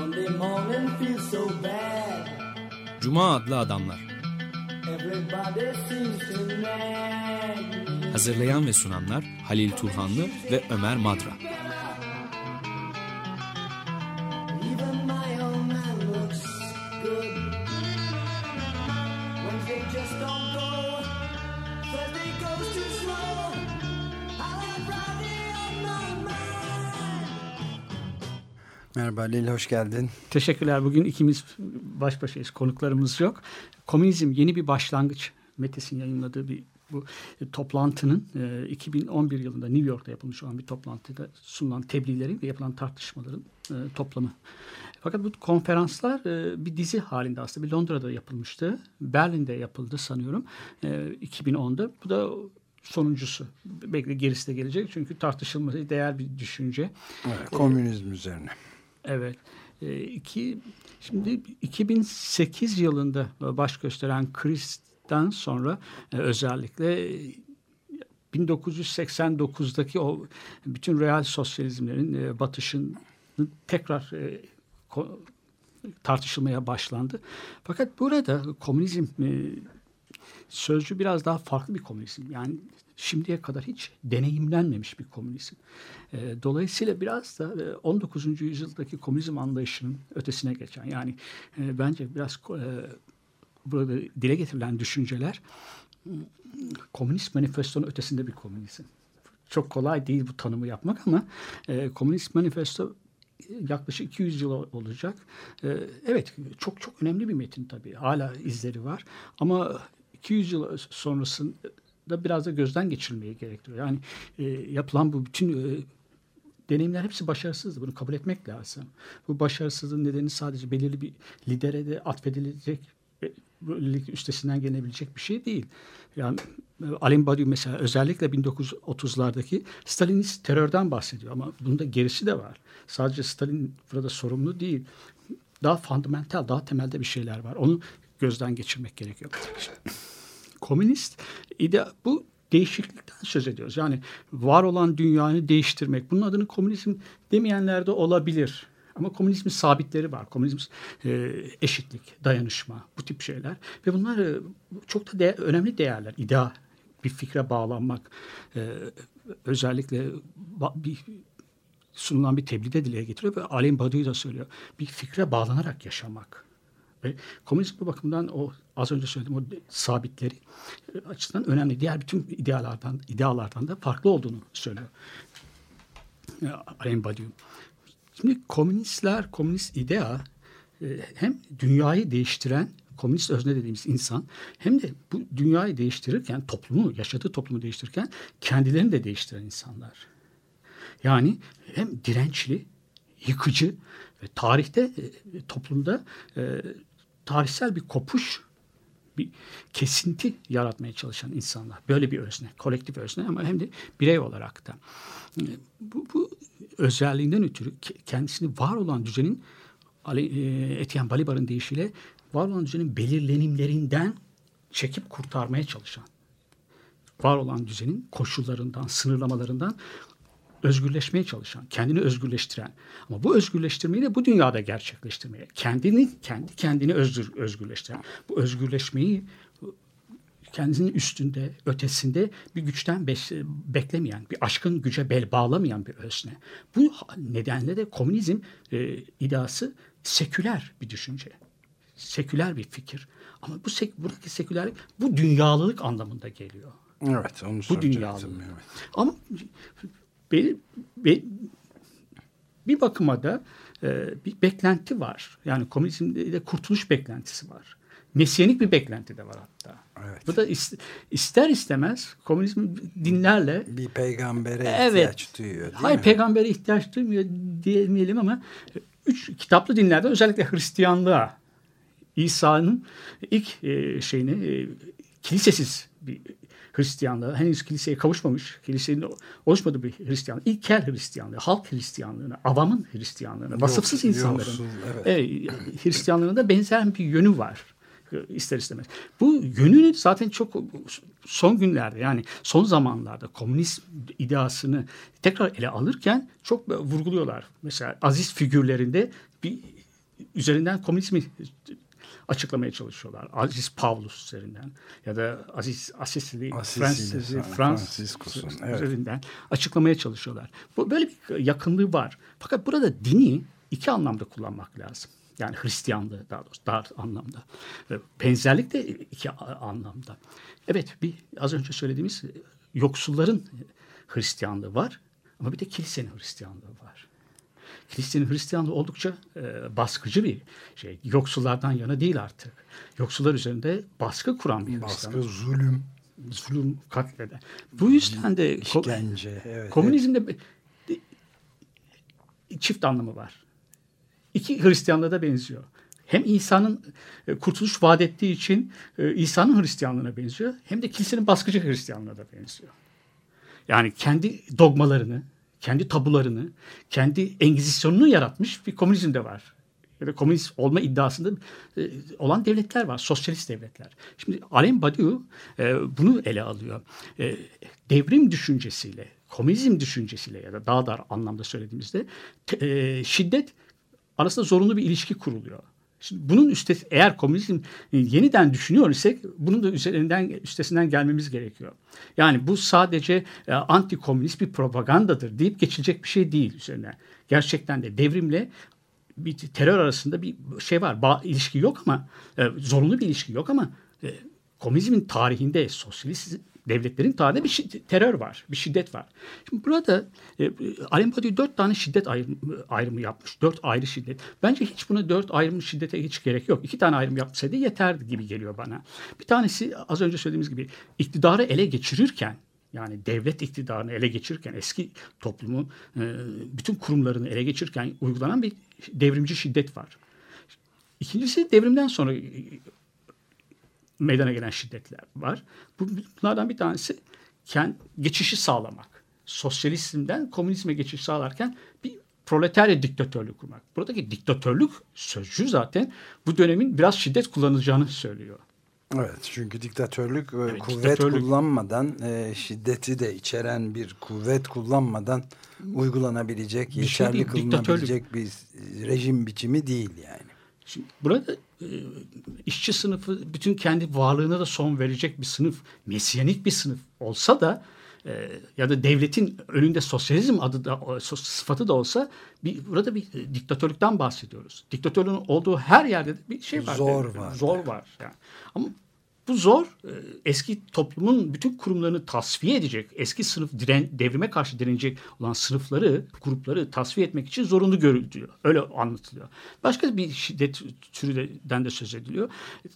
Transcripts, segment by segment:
Cuma adlı adamlar. Hazırlayan ve sunanlar Halil Turhanlı ve Ömer Madra. Merhaba Halil, hoş geldin. Teşekkürler. Bugün ikimiz baş başayız. Konuklarımız yok. Komünizm yeni bir başlangıç. Metis'in yayınladığı bu toplantının 2011 yılında New York'ta yapılmış olan bir toplantıda sunulan tebliğlerin ve yapılan tartışmaların toplamı. Fakat bu konferanslar bir dizi halinde aslında. Bir Londra'da yapılmıştı. Berlin'de yapıldı sanıyorum 2010'da. Bu da sonuncusu. Belki de gerisi de gelecek. Çünkü tartışılması değer bir düşünce. Evet, komünizm üzerine. Evet. Şimdi 2008 yılında baş gösteren krizden sonra özellikle 1989'daki o bütün real sosyalizmlerin batışının tekrar tartışılmaya başlandı. Fakat burada komünizm sözcüğü biraz daha farklı bir komünizm. Yani şimdiye kadar hiç deneyimlenmemiş bir komünizm. Dolayısıyla biraz da 19. yüzyıldaki komünizm anlayışının ötesine geçen, yani bence biraz burada dile getirilen düşünceler Komünist Manifesto'nun ötesinde bir komünizm. Çok kolay değil bu tanımı yapmak ama Komünist Manifesto yaklaşık 200 yıl olacak. Evet, çok çok önemli bir metin tabii. Hala izleri var ama 200 yıl sonrasında biraz da gözden geçirilmeyi gerektiriyor. Yani yapılan bu bütün deneyimler hepsi başarısızdı. Bunu kabul etmek lazım. Bu başarısızlığın nedeni sadece belirli bir lidere de atfedilecek, üstesinden gelebilecek bir şey değil. Yani Alain Badiou mesela özellikle 1930'lardaki Stalinist terörden bahsediyor ama bunda gerisi de var. Sadece Stalin burada sorumlu değil. Daha fundamental, daha temelde bir şeyler var. Onu gözden geçirmek gerekiyor. Komünist bu değişiklikten söz ediyoruz. Yani var olan dünyayı değiştirmek. Bunun adını komünizm demeyenler de olabilir. Ama komünizmin sabitleri var. Komünizm eşitlik, dayanışma, bu tip şeyler. Ve bunlar çok da önemli değerler. İdea, bir fikre bağlanmak. Özellikle sunulan bir tebliğde dile getiriyor. Ve Alain Badiou da söylüyor. Bir fikre bağlanarak yaşamak. Ve komünizm bu bakımdan o az önce söylediğim o sabitleri açısından önemli. Diğer bütün idealardan da farklı olduğunu söylüyor Alain Badiou. Şimdi komünist idea hem dünyayı değiştiren komünist özne dediğimiz insan hem de bu dünyayı değiştirirken yaşadığı toplumu değiştirirken kendilerini de değiştiren insanlar. Yani hem dirençli, yıkıcı ve tarihte toplumda tarihsel bir kopuş, bir kesinti yaratmaya çalışan insanlar. Böyle bir özne, kolektif özne ama hem de birey olarak da. Bu özelliğinden ötürü kendisini var olan düzenin, Etienne Balibar'ın deyişiyle var olan düzenin belirlenimlerinden çekip kurtarmaya çalışan, var olan düzenin koşullarından, sınırlamalarından özgürleşmeye çalışan, kendini özgürleştiren. Ama bu özgürleştirmeyi de bu dünyada gerçekleştirmeye, kendini özgürleştiren. Bu özgürleşmeyi kendisinin üstünde, ötesinde bir güçten beklemeyen, bir aşkın güce bel bağlamayan bir özne. Bu nedenle de komünizm iddiası seküler bir düşünce. Seküler bir fikir. Ama buradaki sekülerlik bu dünyalılık anlamında geliyor. Evet, onu bu dünyalılık. Evet. Ama bir bakıma da bir beklenti var. Yani komünizmde kurtuluş beklentisi var. Mesiyanik bir beklenti de var hatta. Evet. Bu da ister istemez komünizm dinlerle bir peygambere ihtiyaç duyuyor değil mi? Hayır, peygambere ihtiyaç duymuyor diyemeyelim ama 3 kitaplı dinlerden özellikle Hristiyanlığa, İsa'nın ilk kilisesiz bir Hristiyanlığı, henüz kiliseye kavuşmamış, kilisenin oluşmadığı bir Hristiyanlığı, ilkel Hristiyanlığı, halk Hristiyanlığına, avamın Hristiyanlığına, vasıfsız insanların Hristiyanlığına da benzer bir yönü var. İster istemez. Bu yönünü zaten çok son günlerde, yani son zamanlarda komünist iddiasını tekrar ele alırken çok vurguluyorlar. Mesela aziz figürlerinde bir üzerinden komünizmi açıklamaya çalışıyorlar. Aziz Pavlus üzerinden ya da Aziz Franciscus'un üzerinden açıklamaya çalışıyorlar. Böyle bir yakınlığı var. Fakat burada dini iki anlamda kullanmak lazım. Yani Hristiyanlığı daha doğrusu dar anlamda. Benzerlik de iki anlamda. Evet, az önce söylediğimiz yoksulların Hristiyanlığı var ama bir de kilisenin Hristiyanlığı var. Kilisenin Hristiyanlığı oldukça baskıcı bir şey. Yoksullardan yana değil artık. Yoksullar üzerinde baskı kuran bir Hristiyanlık. Baskı, zulüm katleden. Bu yüzden de işkence, komünizmde çift anlamı var. İki Hristiyanlığa da benziyor. Hem İsa'nın kurtuluş vaat ettiği için İsa'nın Hristiyanlığına benziyor. Hem de kilisenin baskıcı Hristiyanlığına da benziyor. Yani kendi dogmalarını, kendi tabularını, kendi engizisyonunu yaratmış bir komünizm de var. Ya da komünist olma iddiasında olan devletler var. Sosyalist devletler. Şimdi Alain Badiou bunu ele alıyor. Devrim düşüncesiyle, komünizm düşüncesiyle ya da daha dar anlamda söylediğimizde şiddet arasında zorunlu bir ilişki kuruluyor. Şimdi bunun eğer komünizm yeniden düşünüyor isek bunun da üstesinden gelmemiz gerekiyor. Yani bu sadece anti-komünist bir propagandadır deyip geçilecek bir şey değil üzerine. Gerçekten de devrimle bir terör arasında bir şey var. İlişki yok ama zorunlu bir ilişki yok ama komünizmin tarihinde, sosyalist devletlerin tarihinde bir terör var, bir şiddet var. Şimdi burada Alain Badiou 4 tane şiddet ayrımı yapmış. 4 ayrı şiddet. Bence hiç buna 4 ayrımı şiddete hiç gerek yok. 2 tane ayrım yapsaydı yeterdi gibi geliyor bana. Bir tanesi az önce söylediğimiz gibi iktidarı ele geçirirken, yani devlet iktidarını ele geçirirken, eski toplumu, bütün kurumlarını ele geçirirken uygulanan bir devrimci şiddet var. İkincisi devrimden sonra meydana gelen şiddetler var. Bunlardan bir tanesi geçişi sağlamak. Sosyalizmden komünizme geçiş sağlarken bir proletarya diktatörlüğü kurmak. Buradaki diktatörlük sözcüğü zaten bu dönemin biraz şiddet kullanılacağını söylüyor. Evet, çünkü diktatörlük kuvvet kullanmadan, şiddeti de içeren bir kuvvet kullanmadan uygulanabilecek, yeterli kılınabilecek bir rejim biçimi değil yani. Şimdi burada işçi sınıfı bütün kendi varlığına da son verecek bir sınıf, mesiyanik bir sınıf olsa da ya da devletin önünde sosyalizm adı da sıfatı da olsa burada bir diktatörlükten bahsediyoruz. Diktatörlüğün olduğu her yerde de bir şey var. Zor var. Yani. Ama bu zor eski toplumun bütün kurumlarını tasfiye edecek, eski sınıf devrime karşı direnecek olan sınıfları, grupları tasfiye etmek için zorunlu görülüyor. Öyle anlatılıyor. Başka bir şiddet türünden de söz ediliyor.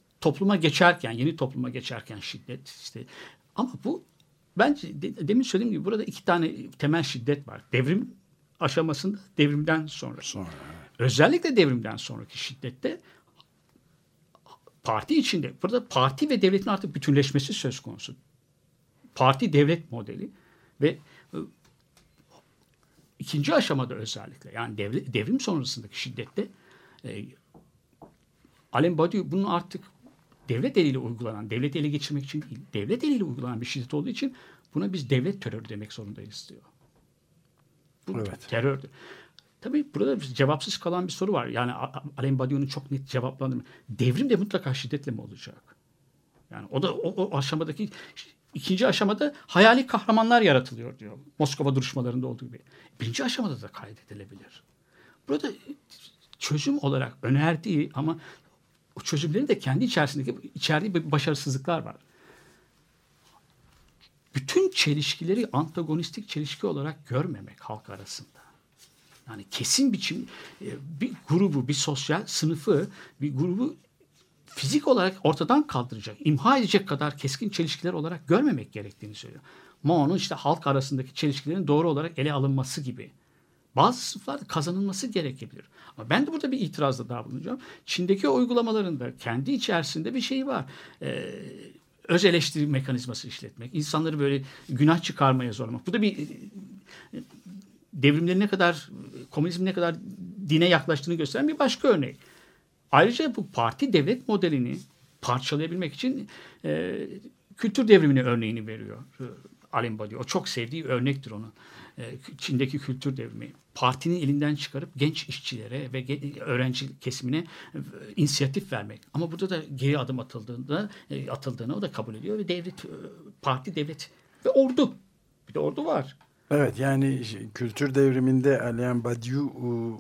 Yeni topluma geçerken şiddet işte. Ama bu bence demin söylediğim gibi burada 2 tane temel şiddet var. Devrim aşamasında, devrimden sonra. Özellikle devrimden sonraki şiddette parti içinde, burada parti ve devletin artık bütünleşmesi söz konusu. Parti devlet modeli ve ikinci aşamada özellikle yani devrim sonrasındaki şiddette Alain Badiou bunun artık devlet eliyle uygulanan, devlet ele geçirmek için değil, devlet eliyle uygulanan bir şiddet olduğu için buna biz devlet terörü demek zorundayız diyor. Bu terördür. Tabii burada cevapsız kalan bir soru var. Yani Alain Badiou'nun çok net cevaplandırma. Devrim de mutlaka şiddetle mi olacak? Yani o da o aşamadaki ikinci aşamada hayali kahramanlar yaratılıyor diyor. Moskova duruşmalarında olduğu gibi. Birinci aşamada da kaydedilebilir. Burada çözüm olarak önerdiği ama o çözümlerin de kendi içerdiği bir başarısızlıklar var. Bütün çelişkileri antagonistik çelişki olarak görmemek halk arasında. Yani kesin biçim bir grubu, bir sosyal sınıfı, bir grubu fizik olarak ortadan kaldıracak, imha edecek kadar keskin çelişkiler olarak görmemek gerektiğini söylüyor. Mao'nun işte halk arasındaki çelişkilerin doğru olarak ele alınması gibi. Bazı sınıflarda kazanılması gerekebilir. Ama ben de burada bir itirazda daha bulunacağım. Çin'deki uygulamalarında kendi içerisinde bir şey var. Öz eleştiri mekanizması işletmek, insanları böyle günah çıkarmaya zorlamak. Bu da bir devrimlerin ne kadar, komünizmin ne kadar dine yaklaştığını gösteren bir başka örnek. Ayrıca bu parti devlet modelini parçalayabilmek için kültür devrimine örneğini veriyor Alain Badiou. O çok sevdiği örnektir onun. Çin'deki kültür devrimi partinin elinden çıkarıp genç işçilere ve öğrenci kesimine inisiyatif vermek. Ama burada da geri adım atıldığını o da kabul ediyor ve parti devlet ve ordu. Bir de ordu var. Evet, yani kültür devriminde Alain Badiou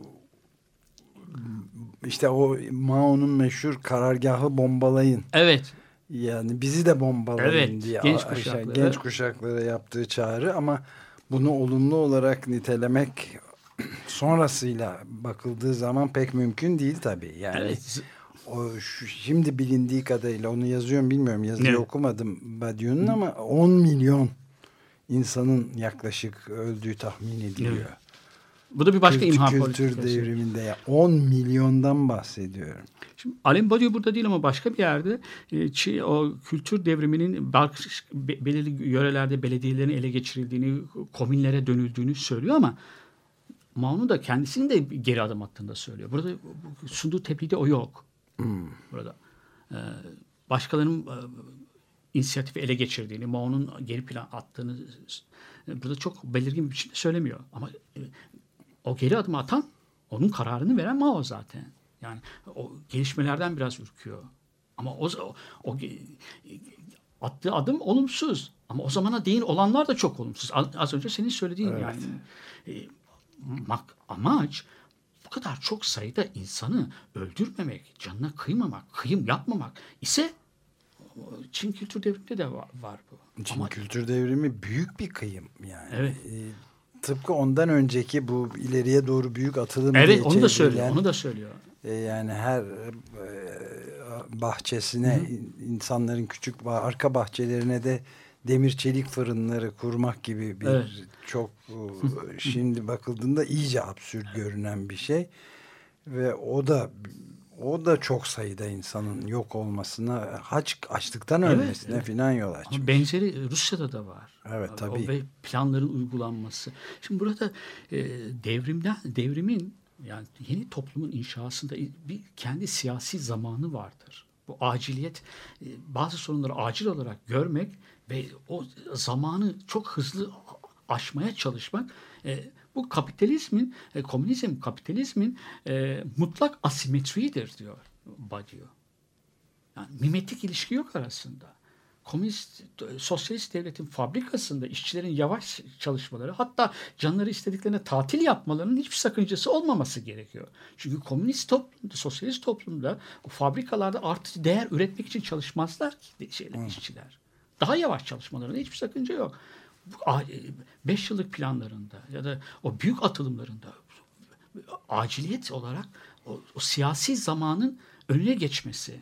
işte o Mao'nun meşhur karargahı bombalayın. Evet. Yani bizi de bombalayın diye genç kuşaklara yaptığı çağrı, ama bunu olumlu olarak nitelemek sonrasıyla bakıldığı zaman pek mümkün değil tabii. Yani şimdi bilindiği kadarıyla, onu yazıyorum bilmiyorum, yazıyı okumadım Badiou'nun, ama 10 milyon insanın yaklaşık öldüğü tahmin ediliyor. Evet. Bu da bir başka imha politikası. Kültür devriminde 10 milyondan bahsediyorum. Şimdi Alain Badiou burada değil ama başka bir yerde o kültür devriminin belirli yörelerde belediyelerin ele geçirildiğini, komünlere dönüldüğünü söylüyor, ama Mao'nun da kendisinin de geri adım attığını da söylüyor. Burada sunduğu tepkide o yok. Burada başkalarının inisiyatifi ele geçirdiğini, Mao'nun geri plan attığını burada çok belirgin bir biçimde söylemiyor. Ama o geri adım atan, onun kararını veren Mao zaten. Yani o gelişmelerden biraz ürküyor. Ama o attığı adım olumsuz. Ama o zamana değin olanlar da çok olumsuz. Az önce senin söylediğin yani amaç bu kadar çok sayıda insanı öldürmemek, canına kıymamak, kıyım yapmamak ise Çin kültür devriminde de var bu. Çin kültür devrimi büyük bir kıyım yani. Evet. Tıpkı ondan önceki bu ileriye doğru büyük atılım. Evet, onu da söylüyor. Yani her bahçesine, insanların küçük arka bahçelerine de demir çelik fırınları kurmak gibi bir çok şimdi bakıldığında iyice absürt görünen bir şey ve o da çok sayıda insanın yok olmasına, açlıktan ölmesine filan yol açmış. Ama benzeri Rusya'da da var. Evet, tabii. Ve planların uygulanması. Şimdi burada devrimin, yani yeni toplumun inşasında bir kendi siyasi zamanı vardır. Bu aciliyet, bazı sorunları acil olarak görmek ve o zamanı çok hızlı aşmaya çalışmak, bu kapitalizmin mutlak asimetridir diyor Badiou. Yani mimetik ilişki yok arasında. Sosyalist devletin fabrikasında işçilerin yavaş çalışmaları, hatta canları istediklerine tatil yapmalarının hiçbir sakıncası olmaması gerekiyor. Çünkü komünist toplumda, sosyalist toplumda o fabrikalarda artı değer üretmek için çalışmazlar ki işçiler. Daha yavaş çalışmalarında hiçbir sakınca yok. 5 yıllık planlarında ya da o büyük atılımlarında aciliyet olarak o siyasi zamanın önüne geçmesi,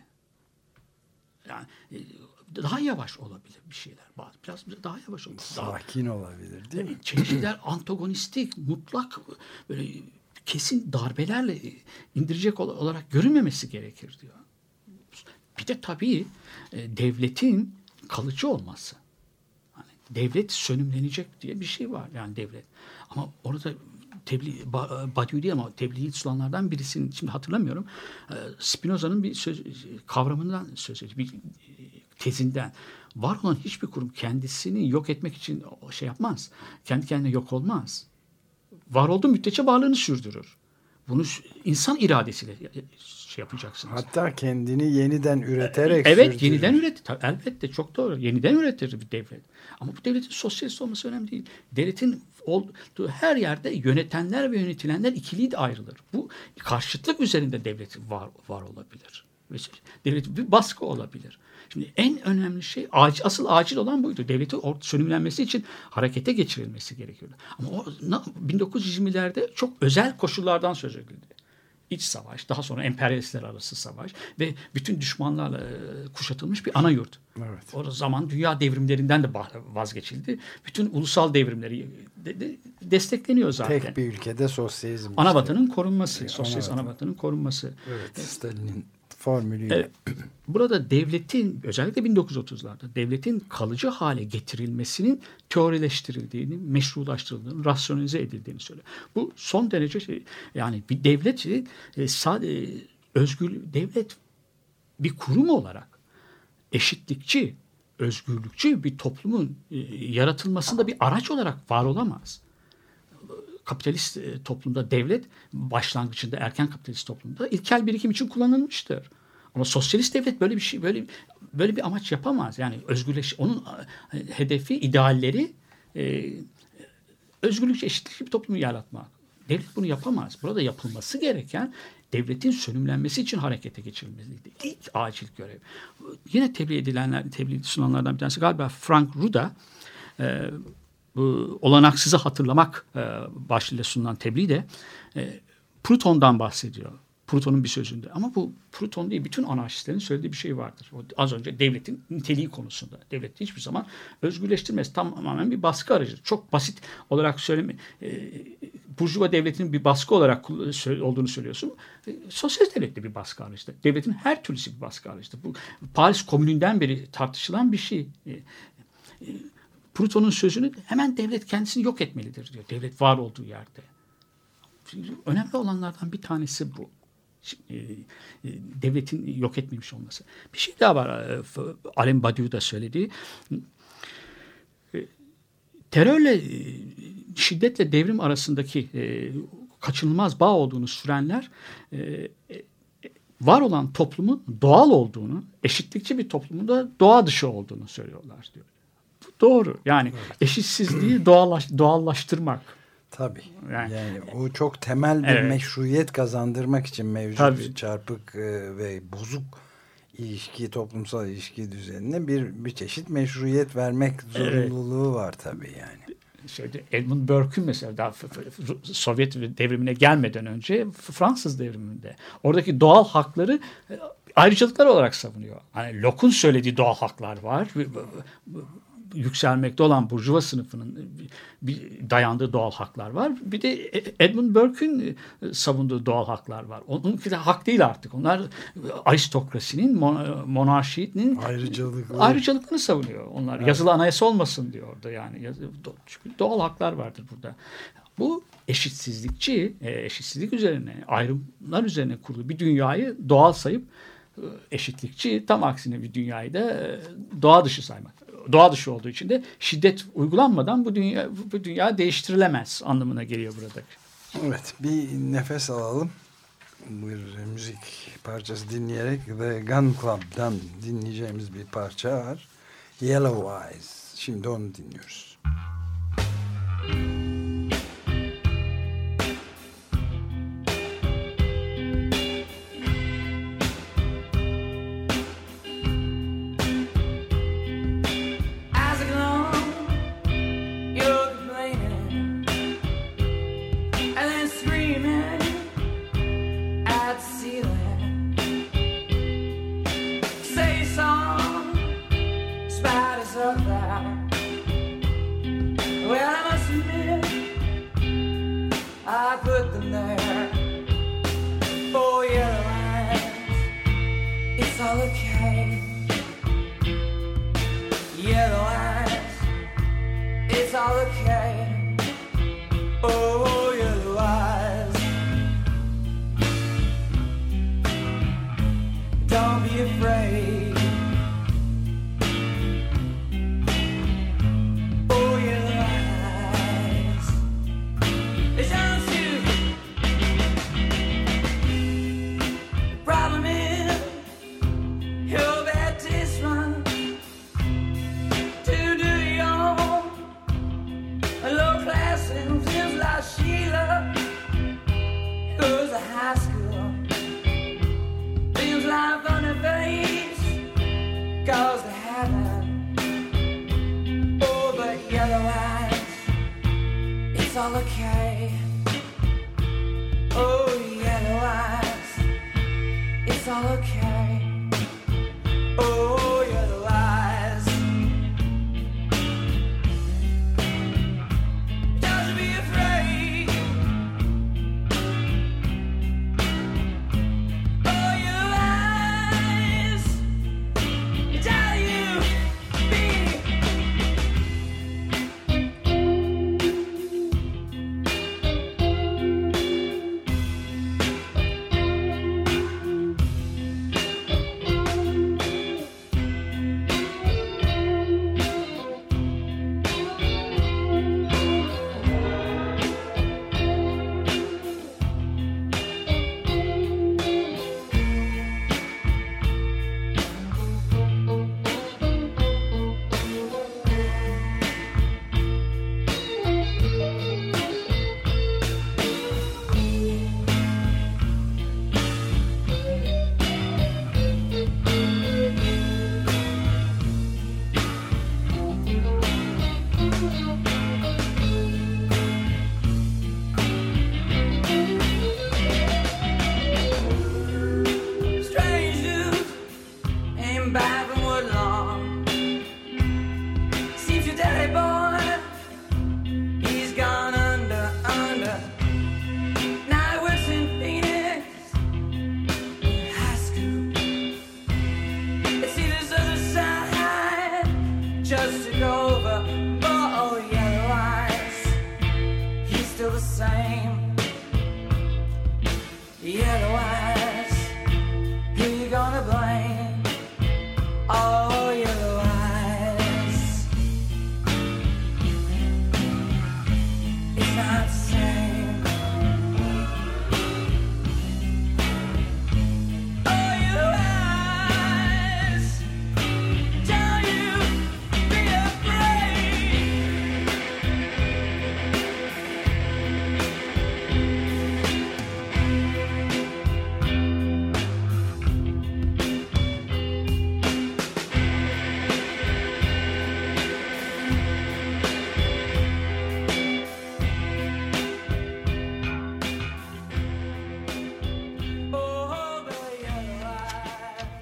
yani daha yavaş olabilir bir şeyler. Biraz daha yavaş olabilir. Sakin olabilir değil mi? Çeşitler antagonistik, mutlak, böyle kesin darbelerle indirecek olarak görünmemesi gerekir diyor. Bir de tabii devletin kalıcı olması. Yani devlet sönümlenecek diye bir şey var. Yani devlet. Ama orada Badiou değil ama tebliği tutulanlardan birisinin, şimdi hatırlamıyorum, Spinoza'nın bir kavramından söz ediyor. Bir tezinden. Var olan hiçbir kurum kendisini yok etmek için şey yapmaz. Kendi kendine yok olmaz. Var olduğu müddetçe varlığını sürdürür. Bunu insan iradesiyle şey yapacaksınız. Hatta kendini yeniden üreterek sürdürür. Yeniden üretir. Elbette çok doğru. Yeniden üretir bir devlet. Ama bu devletin sosyalist olması önemli değil. Devletin olduğu her yerde yönetenler ve yönetilenler ikiliği de ayrılır. Bu karşıtlık üzerinde devlet var olabilir. Devletin bir baskı olabilir. Şimdi en önemli şey, asıl acil olan buydu. Devletin sönümlenmesi için harekete geçirilmesi gerekiyordu. Ama 1920'lerde çok özel koşullardan söz edildi. İç savaş, daha sonra emperyalistler arası savaş ve bütün düşmanlarla kuşatılmış bir ana yurt. Evet. O zaman dünya devrimlerinden de vazgeçildi. Bütün ulusal devrimleri destekleniyor zaten. Tek bir ülkede sosyalizm. Anavatanın korunması, sosyalist anavatanın korunması. Evet, Stalin'in formülüyle. Evet. Burada devletin, özellikle 1930'larda devletin kalıcı hale getirilmesinin teorileştirildiğini, meşrulaştırıldığını, rasyonize edildiğini söylüyor. Bu son derece yani bir devlet devlet bir kurum olarak eşitlikçi, özgürlükçü bir toplumun yaratılmasında bir araç olarak var olamaz. kapitalist toplumda devlet başlangıcında erken kapitalist toplumda ilkel birikim için kullanılmıştır. Ama sosyalist devlet böyle bir şey böyle bir amaç yapamaz. Yani onun hedefi, idealleri özgürlükçü, eşitlikçi bir toplumu yaratmak. Devlet bunu yapamaz. Burada yapılması gereken devletin sönümlenmesi için harekete geçirilmesiydi. İlk acil görev. Yine tebliğ sunanlardan bir tanesi galiba Frank Ruda, bu olanaksızı hatırlamak başlığıyla sunulan tebliğ de Proudhon'dan bahsediyor. Proudhon'un bir sözünde. Ama bu Proudhon değil, bütün anarşistlerin söylediği bir şey vardır. O az önce devletin niteliği konusunda. Devlet hiçbir zaman özgürleştirmez. Tamamen bir baskı aracıdır. Çok basit olarak Burjuva devletinin bir baskı olarak olduğunu söylüyorsun. Sosyalist devlet de bir baskı aracıdır. Devletin her türlüsü bir baskı aracıdır. Bu Paris Komünü'nden beri tartışılan bir şey. Proudhon'un sözünü hemen devlet kendisini yok etmelidir diyor. Devlet var olduğu yerde. Önemli olanlardan bir tanesi bu. Devletin yok etmemiş olması. Bir şey daha var. Alain Badiou da söylediği. Terörle, şiddetle devrim arasındaki kaçınılmaz bağ olduğunu sürenler var olan toplumun doğal olduğunu, eşitlikçi bir toplumun da doğa dışı olduğunu söylüyorlar diyor. Doğru. Yani eşitsizliği doğallaştırmak. Tabii. Yani o çok temel bir meşruiyet kazandırmak için mevcut çarpık ve bozuk toplumsal ilişki düzenine bir çeşit meşruiyet vermek zorunluluğu var tabii yani. Edmund Burke'ün mesela daha Sovyet devrimine gelmeden önce Fransız devriminde oradaki doğal hakları ayrıcalıklar olarak savunuyor. Hani Locke'un söylediği doğal haklar var. Yükselmekte olan burjuva sınıfının bir dayandığı doğal haklar var. Bir de Edmund Burke'ün savunduğu doğal haklar var. Onunki de hak değil artık. Onlar aristokrasinin, monarşinin ayrıcalıklarını savunuyor. Onlar yazılı anayasa olmasın diyor orada yani. Çünkü doğal haklar vardır burada. Bu eşitsizlik üzerine, ayrımlar üzerine kurulu bir dünyayı doğal sayıp eşitlikçi, tam aksine bir dünyayı da doğa dışı saymak. Doğa dışı olduğu için de şiddet uygulanmadan bu dünya değiştirilemez anlamına geliyor burada. Evet, bir nefes alalım. Bir müzik parçası dinleyerek The Gun Club'dan dinleyeceğimiz bir parça var. Yellow Eyes. Şimdi onu dinliyoruz.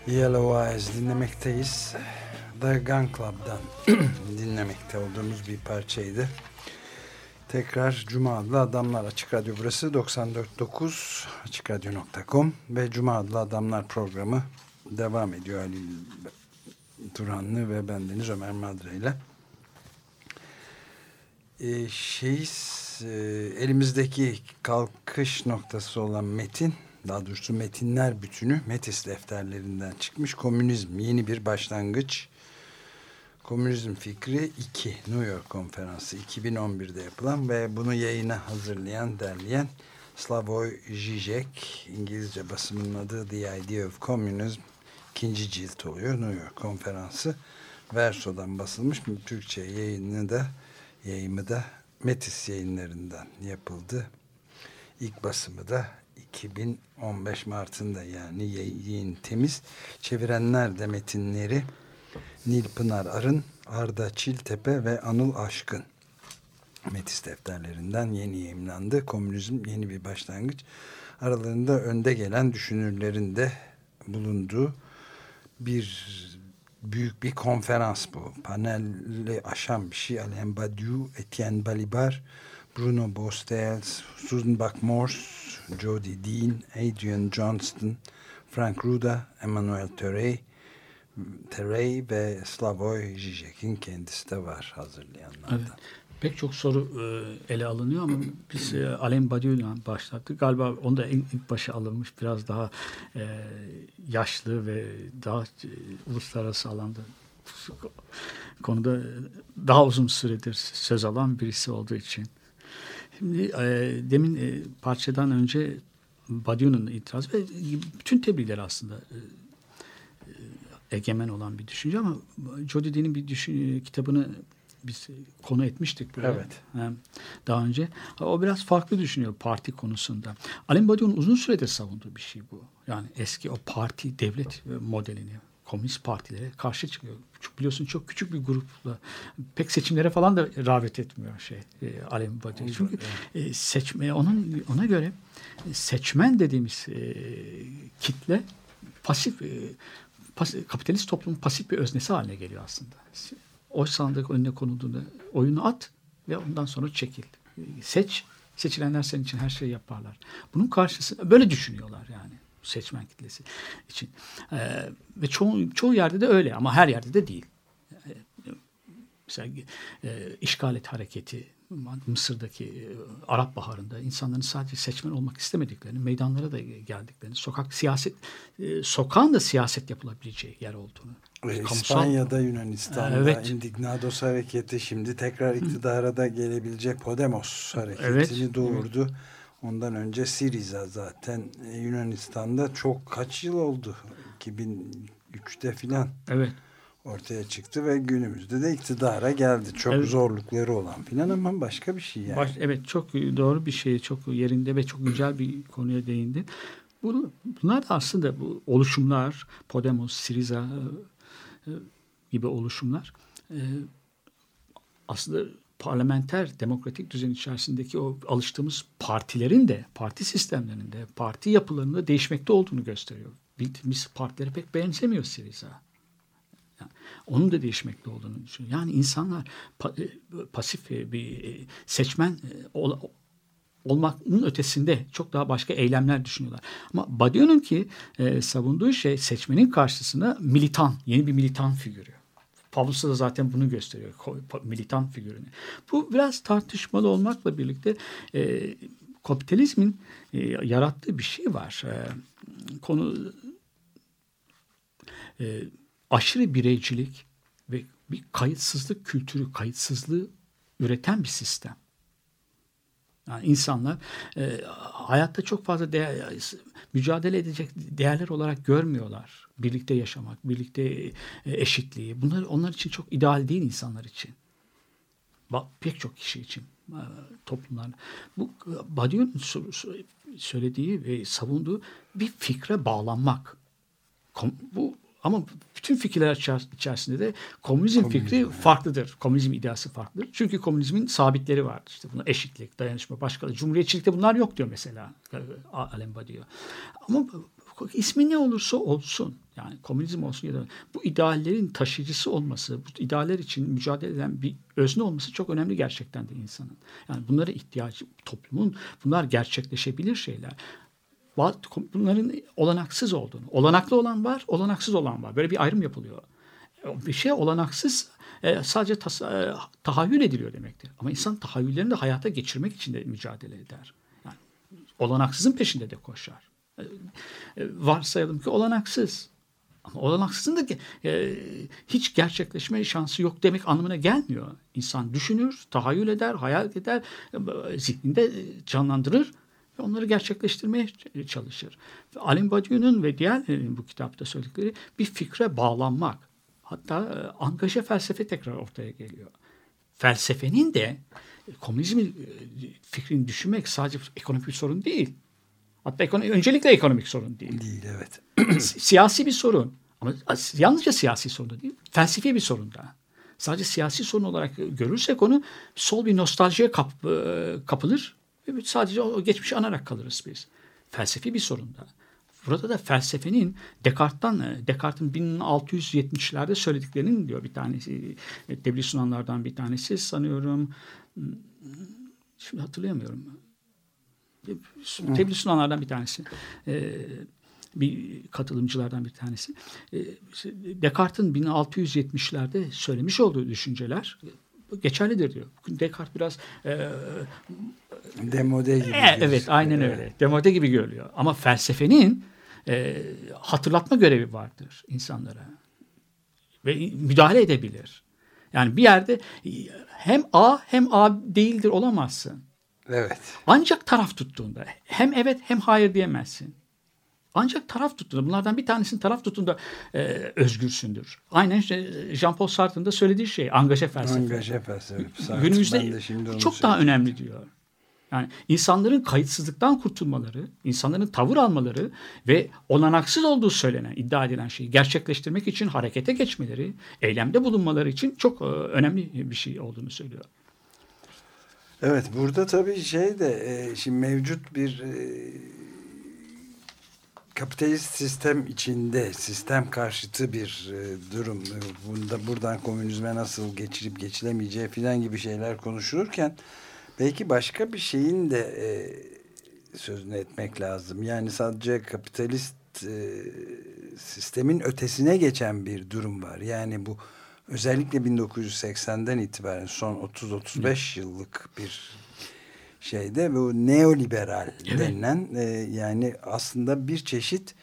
Yellow Eyes dinlemekteyiz. The Gun Club'dan dinlemekte olduğumuz bir parçaydı. Tekrar Cuma adlı adamlar, Açık Radyo burası 94.9 AçıkRadyo.com ve Cuma adlı adamlar programı devam ediyor. Halil Turhanlı ve bendeniz Ömer Madre ile. Elimizdeki kalkış noktası olan metin, daha doğrusu metinler bütünü Metis defterlerinden çıkmış. Komünizm, yeni bir başlangıç. Komünizm fikri 2 New York Konferansı 2011'de yapılan ve bunu yayına hazırlayan, derleyen Slavoj Žižek, İngilizce basımının adı The Idea of Communism, 2. cilt oluyor. New York Konferansı Verso'dan basılmış. Türkçe yayını da Metis yayınlarından yapıldı. İlk basımı da 2015 Mart'ında, yani yayın temiz. Çevirenler de metinleri Nilpınar Arın, Arda Çiltepe ve Anıl Aşkın. Metis defterlerinden yeni yayımlandı. Komünizm, yeni bir başlangıç. Aralarında önde gelen düşünürlerin de bulunduğu büyük bir konferans bu. Panelli aşan bir şey. Alain Badiou, Etienne Balibar, Bruno Bostels, Susan Buck-Morss, Jody Dean, Adrian Johnston, Frank Ruda, Emmanuel Terey ve Slavoj Žižek'in kendisi de var hazırlayanlardan. Evet. Pek çok soru ele alınıyor ama biz Alain Badiou'dan başlattık. Galiba onda ilk başa alınmış, biraz daha yaşlı ve daha uluslararası alanda konuda daha uzun süredir söz alan birisi olduğu için. Şimdi demin parçadan önce Badiou'nun itirazı ve bütün tebliğleri aslında egemen olan bir düşünce, ama Jody Dean'in bir kitabını biz konu etmiştik buraya. Evet. Daha önce. O biraz farklı düşünüyor parti konusunda. Alain Badiou'nun uzun süredir savunduğu bir şey bu. Yani eski o parti devlet modelini, komünist partilere karşı çıkıyor. Biliyorsun çok küçük bir grupla, pek seçimlere falan da rağbet etmiyor Alain Badiou. Çünkü ona göre seçmen dediğimiz kitle pasif, kapitalist toplumun pasif bir öznesi haline geliyor aslında. Oy sandık önüne konulduğunda oyunu at ve ondan sonra çekil. Seçilenler senin için her şeyi yaparlar. Bunun karşısında böyle düşünüyorlar yani seçmen kitlesi için. Ve çoğu yerde de öyle, ama her yerde de değil. Mesela işgalet hareketi, Mısır'daki Arap Baharı'nda insanların sadece seçmen olmak istemediklerini, meydanlara da geldiklerini, sokağın da siyaset yapılabileceği yer olduğunu. İspanya'da, Yunanistan'da evet. Indignados hareketi, şimdi tekrar iktidara da gelebilecek Podemos hareketini doğurdu. Evet. Ondan önce Syriza zaten Yunanistan'da kaç yıl oldu? 2003'te filan. Evet. Ortaya çıktı ve günümüzde de iktidara geldi. Çok zorlukları olan filan, ama başka bir şey yani. Evet, çok doğru bir şey, çok yerinde ve çok güzel bir konuya değindi. Bunlar da aslında bu oluşumlar, Podemos, Syriza gibi oluşumlar aslında parlamenter demokratik düzen içerisindeki o alıştığımız partilerin de, parti sistemlerinde, parti yapılarında değişmekte olduğunu gösteriyor. Bildiğimiz partilere pek benzemiyor Syriza. Yani onun da değişmekte olduğunu düşünüyor. Yani insanlar pasif bir seçmen olmanın ötesinde çok daha başka eylemler düşünüyorlar. Ama Badiou'nun savunduğu şey, seçmenin karşısına yeni bir militan figürü. Pavlus'a da zaten bunu gösteriyor, militan figürünü. Bu biraz tartışmalı olmakla birlikte kapitalizmin yarattığı bir şey var. Konu aşırı bireycilik ve bir kayıtsızlık kültürü, kayıtsızlığı üreten bir sistem. Yani insanlar hayatta çok fazla mücadele edecek değerler olarak görmüyorlar. Birlikte yaşamak, birlikte eşitliği. Bunlar onlar için çok ideal değil, insanlar için. Pek çok kişi için, toplumlar. Bu Badiou'nun söylediği ve savunduğu bir fikre bağlanmak. Ama bütün fikirler içerisinde de komünizm fikri farklıdır. Komünizm ideası farklıdır. Çünkü komünizmin sabitleri vardır. İşte buna eşitlik, dayanışma, başkaları. Cumhuriyetçilikte bunlar yok diyor mesela Alain Badiou. Ama ismi ne olursa olsun, yani komünizm olsun ya da bu ideallerin taşıyıcısı olması, bu idealler için mücadele eden bir özne olması çok önemli gerçekten de insanın. Yani bunlara ihtiyacı, toplumun, bunlar gerçekleşebilir şeyler. Bunların olanaksız olduğunu, olanaklı olan var, olanaksız olan var. Böyle bir ayrım yapılıyor. Bir şey olanaksız sadece tahayyül ediliyor demektir. Ama insan tahayyüllerini de hayata geçirmek için de mücadele eder. Yani olanaksızın peşinde de koşar. Varsayalım ki olanaksız. Ama olanaksızın da hiç gerçekleşme şansı yok demek anlamına gelmiyor. İnsan düşünür, tahayyül eder, hayal eder, zihninde canlandırır ve onları gerçekleştirmeye çalışır. Alain Badiou'nun ve diğerlerinin bu kitapta söyledikleri bir fikre bağlanmak. Hatta angaje felsefe tekrar ortaya geliyor. Felsefenin de komünizm fikrini düşünmek sadece ekonomik bir sorun değil. Hatta öncelikle ekonomik sorun değil. Değil, evet. Siyasi bir sorun. Ama yalnızca siyasi sorun da değil. Felsefi bir sorun da. Sadece siyasi sorun olarak görürsek onu sol bir nostaljiye kapılır. Ve sadece o geçmişi anarak kalırız biz. Felsefi bir sorun da. Burada da felsefenin Descartes'in 1670'lerde söylediklerinin diyor bir tanesi. Tebliğ sunanlardan bir tanesi sanıyorum. Şimdi hatırlayamıyorum. Tebliğ sunanlardan bir tanesi. Bir katılımcılardan bir tanesi. Descartes'in 1670'lerde söylemiş olduğu düşünceler geçerlidir diyor. Bugün Descartes biraz demode gibi. Evet, aynen öyle. Demode gibi görülüyor. Ama felsefenin hatırlatma görevi vardır insanlara. Ve müdahale edebilir. Yani bir yerde hem A hem A değildir olamazsın. Evet. Ancak taraf tuttuğunda hem evet hem hayır diyemezsin. Ancak taraf tuttuğunda, bunlardan bir tanesini taraf tuttuğunda özgürsündür. Aynen Jean-Paul Sartre'ın da söylediği şey, angaje felsefe. Angaje felsefe. Günümüzde çok daha önemli diyor. Yani insanların kayıtsızlıktan kurtulmaları, insanların tavır almaları ve olanaksız olduğu söylenen, iddia edilen şeyi gerçekleştirmek için harekete geçmeleri, eylemde bulunmaları için çok önemli bir şey olduğunu söylüyor. Evet, burada tabii şimdi mevcut bir kapitalist sistem içinde, sistem karşıtı bir durum. Buradan komünizme nasıl geçilip geçilemeyeceği filan gibi şeyler konuşulurken belki başka bir şeyin de sözünü etmek lazım. Yani sadece kapitalist sistemin ötesine geçen bir durum var. Yani bu özellikle 1980'den itibaren son 30-35 yıllık bir şeyde bu neoliberal denilen yani aslında bir çeşit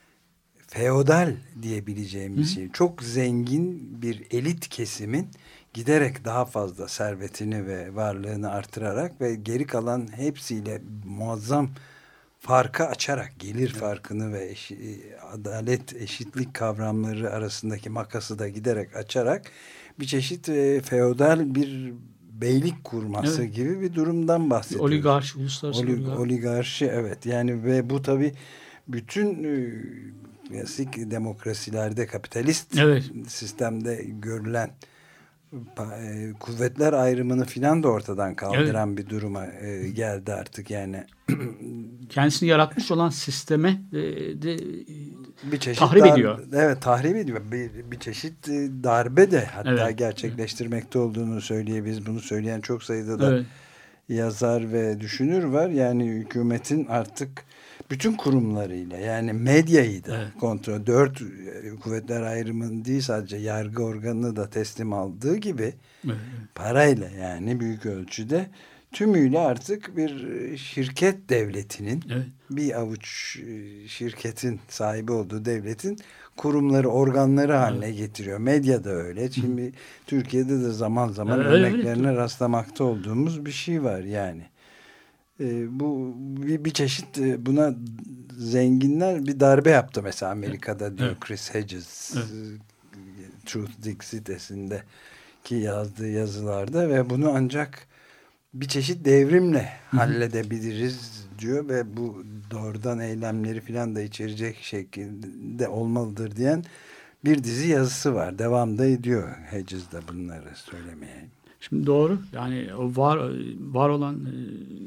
feodal diyebileceğimiz şey. Çok zengin bir elit kesimin giderek daha fazla servetini ve varlığını artırarak ve geri kalan hepsiyle muazzam farkı açarak, gelir farkını ve adalet, eşitlik kavramları arasındaki makası da giderek açarak bir çeşit feodal bir beylik kurması gibi bir durumdan bahsediyoruz. Oligarşi, uluslararası oligarşi, evet. Yani ve bu tabii bütün klasik demokrasilerde, kapitalist sistemde görülen kuvvetler ayrımını filan da ortadan kaldıran bir duruma geldi artık yani. Kendisini yaratmış olan sisteme bir çeşit tahrip ediyor. Evet, tahrip ediyor. Bir çeşit darbe de hatta gerçekleştirmekte olduğunu söyleyebiliriz. Bunu söyleyen çok sayıda da yazar ve düşünür var. Yani hükümetin artık bütün kurumlarıyla, yani medyayı da kontrol, 4 kuvvetler ayrımını değil sadece yargı organını da teslim aldığı gibi parayla, yani büyük ölçüde tümüyle artık bir şirket devletinin, bir avuç şirketin sahibi olduğu devletin kurumları, organları haline getiriyor. Medya da öyle. Şimdi Türkiye'de de zaman zaman örneklerine rastlamakta olduğumuz bir şey var yani. Bu bir çeşit, buna zenginler bir darbe yaptı mesela Amerika'da diyor Chris Hedges Truthdig sitesinde ki yazdığı yazılarda ve bunu ancak bir çeşit devrimle halledebiliriz diyor ve bu doğrudan eylemleri filan da içerecek şekilde olmalıdır diyen bir dizi yazısı var. Devam da ediyor Hedges de bunları söylemeye. Şimdi doğru. Yani o var olan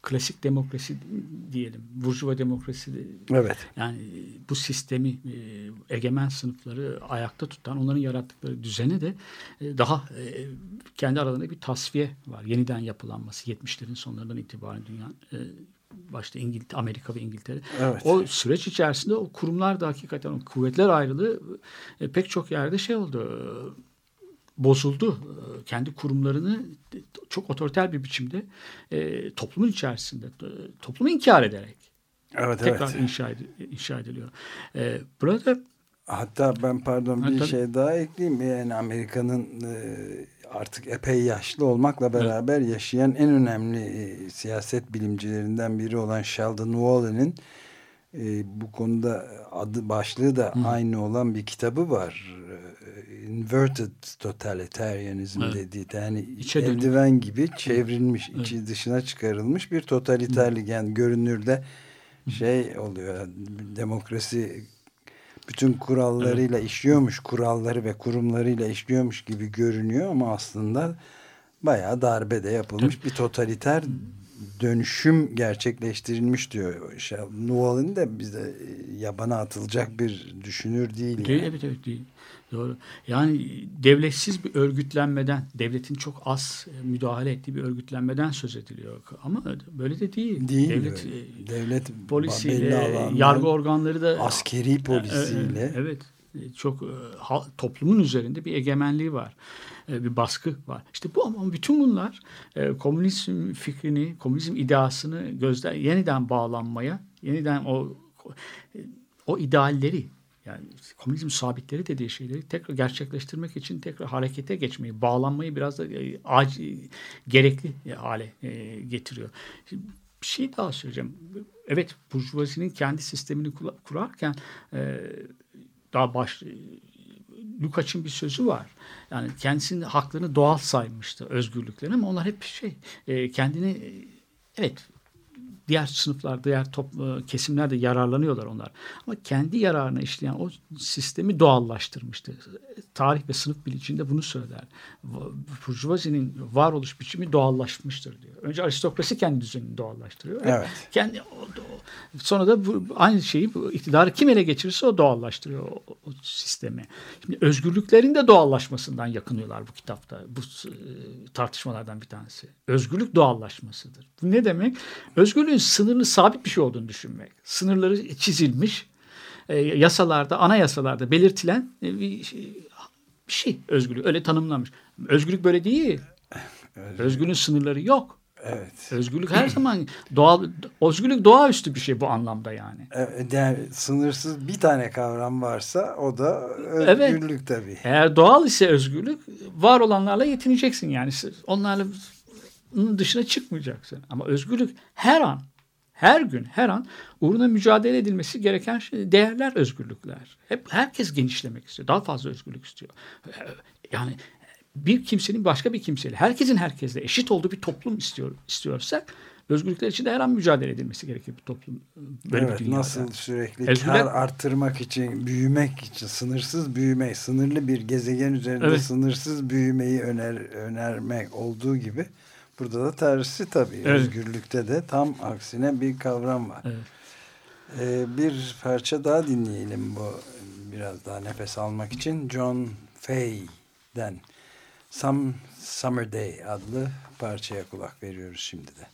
klasik demokrasi diyelim, burjuva demokrasi. Evet. Yani bu sistemi egemen sınıfları ayakta tutan, onların yarattıkları düzene de daha kendi aralarında bir tasfiye var. Yeniden yapılanması 70'lerin sonlarından itibaren dünya başta Amerika ve İngiltere. Evet. O süreç içerisinde o kurumlar da hakikaten o kuvvetler ayrılığı pek çok yerde oldu. Bozuldu. Kendi kurumlarını çok otoriter bir biçimde toplumun içerisinde toplumu inkar ederek tekrar inşa ediliyor. Burada hatta ben bir şey daha ekleyeyim. Yani Amerika'nın artık epey yaşlı olmakla beraber yaşayan en önemli siyaset bilimcilerinden biri olan Sheldon Wallen'in bu konuda başlığı da aynı olan bir kitabı var. Inverted Totalitarianism dediği, yani eldiven gibi çevrilmiş, içi dışına çıkarılmış bir totaliterlik. Yani görünürde oluyor, demokrasi bütün kurallarıyla işliyormuş, kuralları ve kurumlarıyla işliyormuş gibi görünüyor ama aslında bayağı darbede yapılmış bir totaliter dönüşüm gerçekleştirilmiş diyor. Wallen de bize yabana atılacak bir düşünür değil. Yani. Evet değil. Doğru. Yani devletsiz bir örgütlenmeden, devletin çok az müdahale ettiği bir örgütlenmeden söz ediliyor. Ama böyle de değil. Devlet polisiyle, yargı organları da askeri polisiyle. Evet. Çok toplumun üzerinde bir egemenliği var. Bir baskı var. İşte ama bütün bunlar komünizm fikrini, komünizm ideasını yeniden bağlanmaya, yeniden o idealleri, yani komünizm sabitleri dediği şeyleri tekrar gerçekleştirmek için tekrar harekete geçmeyi, bağlanmayı biraz da gerekli hale getiriyor. Şimdi bir şey daha söyleyeceğim. Evet, burjuvazinin kendi sistemini kurarken Lukács'ın bir sözü var. Yani kendisinin haklarını doğal saymıştı, özgürlüklerini, ama onlar hep kendini diğer sınıflar, diğer kesimler de yararlanıyorlar onlar. Ama kendi yararına işleyen o sistemi doğallaştırmıştı. Tarih ve sınıf bilincinde bunu söyler. Burjuvazinin varoluş biçimi doğallaşmıştır diyor. Önce aristokrasi kendi düzenini doğallaştırıyor. Evet. Sonra da aynı şeyi, iktidarı kim ele geçirirse o doğallaştırıyor o sistemi. Şimdi özgürlüklerin de doğallaşmasından yakınıyorlar bu kitapta. Bu tartışmalardan bir tanesi. Özgürlük doğallaşmasıdır. Bu ne demek? Özgürlüğün sınırlı, sabit bir şey olduğunu düşünmek. Sınırları çizilmiş, yasalarda, anayasalarda belirtilen bir şey özgürlük. Öyle tanımlanmış. Özgürlük böyle değil. Özgürlüğün sınırları yok. Evet. Özgürlük her zaman özgürlük doğaüstü bir şey bu anlamda yani. Yani sınırsız bir tane kavram varsa o da özgürlük tabii. Eğer doğal ise özgürlük, var olanlarla yetineceksin yani. Onlarla dışına çıkmayacaksın. Ama özgürlük her an, her gün, her an uğruna mücadele edilmesi gereken değerler, özgürlükler. Herkes genişlemek istiyor. Daha fazla özgürlük istiyor. Yani bir kimsenin başka bir kimseyle, herkesin herkesle eşit olduğu bir toplum istiyorsak, özgürlükler için de her an mücadele edilmesi gerekir bir toplum. Böyle bir dünyada. Nasıl sürekli kar arttırmak için, büyümek için, sınırsız büyümek, sınırlı bir gezegen üzerinde sınırsız büyümeyi önermek olduğu gibi, burada da tersi tabii. Evet. Özgürlükte de tam aksine bir kavram var. Evet. Bir parça daha dinleyelim biraz daha nefes almak için. John Fay'den Some Summer Day adlı parçaya kulak veriyoruz şimdi de.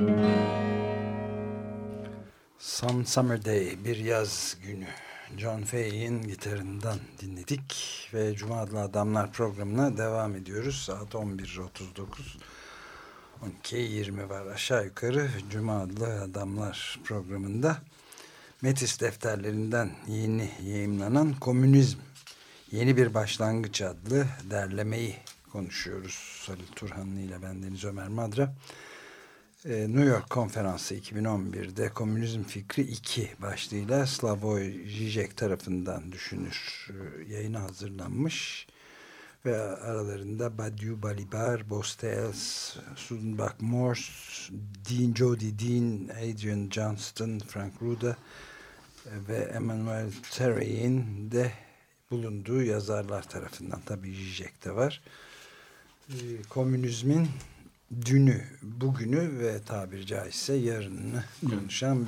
Some Summer Day, bir yaz günü. John Fahey'in gitarından dinledik ve Cuma Adlı Adamlar programına devam ediyoruz. Saat 11.39. 12.20 var aşağı yukarı. Cuma Adlı Adamlar programında Metis defterlerinden yeni yayımlanan Komünizm, Yeni Bir Başlangıç adlı derlemeyi konuşuyoruz. Halil Turhanlı ile bendeniz Ömer Madra. New York Konferansı 2011'de Komünizm Fikri 2 başlığıyla Slavoj Žižek tarafından düşünür yayına hazırlanmış ve aralarında Badiou Balibar, Bostels, Susan Buck-Morss, Jody Dean, Adrian Johnston, Frank Ruda ve Emmanuel Teray'in de bulunduğu yazarlar tarafından, tabii Žižek de var. Komünizmin dünü, bugünü ve tabiri caizse yarınını konuşan